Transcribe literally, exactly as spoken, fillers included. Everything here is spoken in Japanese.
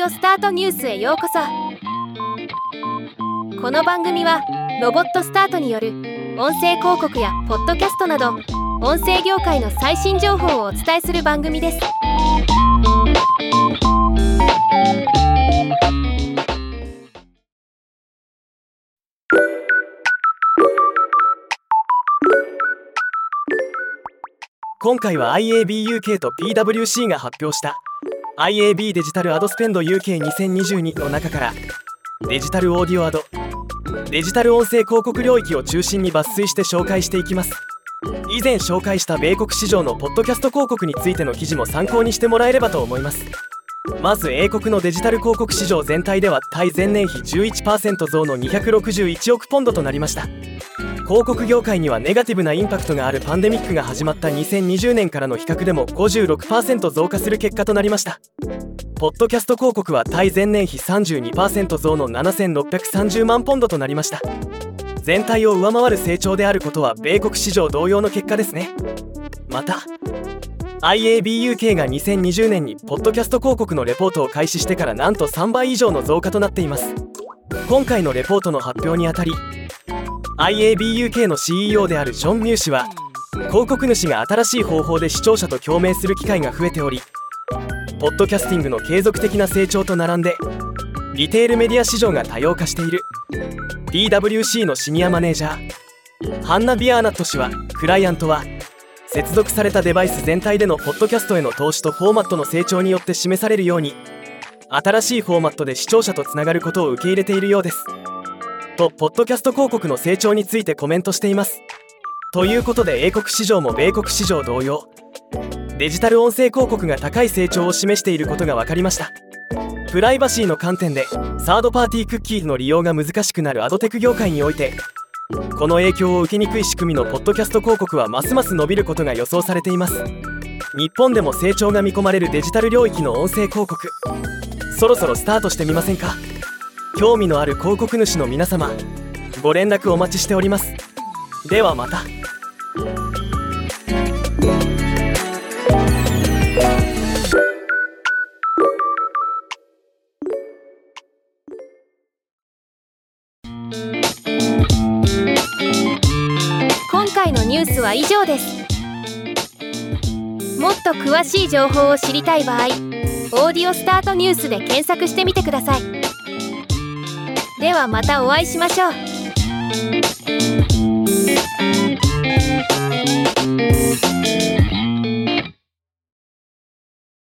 オスタートニュースへようこそ。この番組はロボットスタートによる音声広告やポッドキャストなど音声業界の最新情報をお伝えする番組です。 今回は アイエービーユーケー と ピーダブリューシー が発表した アイエービー デジタルアドスペンド ユーケーにせんにじゅうに の中からデジタルオーディオアド、デジタル音声広告領域を中心に抜粋して紹介していきます。以前紹介した米国市場のポッドキャスト広告についての記事も参考にしてもらえればと思います。まず英国のデジタル広告市場全体では対前年比 じゅういちパーセント 増のにひゃくろくじゅういちおくポンドとなりました。広告業界にはネガティブなインパクトがあるパンデミックが始まったにせんにじゅうねんからの比較でも ごじゅうろくパーセント 増加する結果となりました。ポッドキャスト広告は対前年比 さんじゅうにパーセント 増のななせんろっぴゃくさんじゅうまんポンドとなりました。全体を上回る成長であることは米国市場同様の結果ですね。また アイエービーユーケー がにせんにじゅうねんにポッドキャスト広告のレポートを開始してからなんとさんばい以上の増加となっています。今回のレポートの発表にあたりアイエービーユーケー の シーイーオー であるジョン・ミュー氏は、広告主が新しい方法で視聴者と共鳴する機会が増えており、ポッドキャスティングの継続的な成長と並んでリテールメディア市場が多様化している。 ピーダブリューシー のシニアマネージャーハンナ・ビアーナット氏は、クライアントは接続されたデバイス全体でのポッドキャストへの投資とフォーマットの成長によって示されるように、新しいフォーマットで視聴者とつながることを受け入れているようですと、ポッドキャスト広告の成長についてコメントしています。ということで英国市場も米国市場同様、デジタル音声広告が高い成長を示していることが分かりました。プライバシーの観点でサードパーティークッキーの利用が難しくなるアドテク業界において、この影響を受けにくい仕組みのポッドキャスト広告はますます伸びることが予想されています。日本でも成長が見込まれるデジタル領域の音声広告、そろそろスタートしてみませんか。興味のある広告主の皆様、ご連絡お待ちしております。ではまた。 今回のニュースは以上です。もっと詳しい情報を知りたい場合、オーディオスタートニュースで検索してみてください。ではまたお会いしましょう。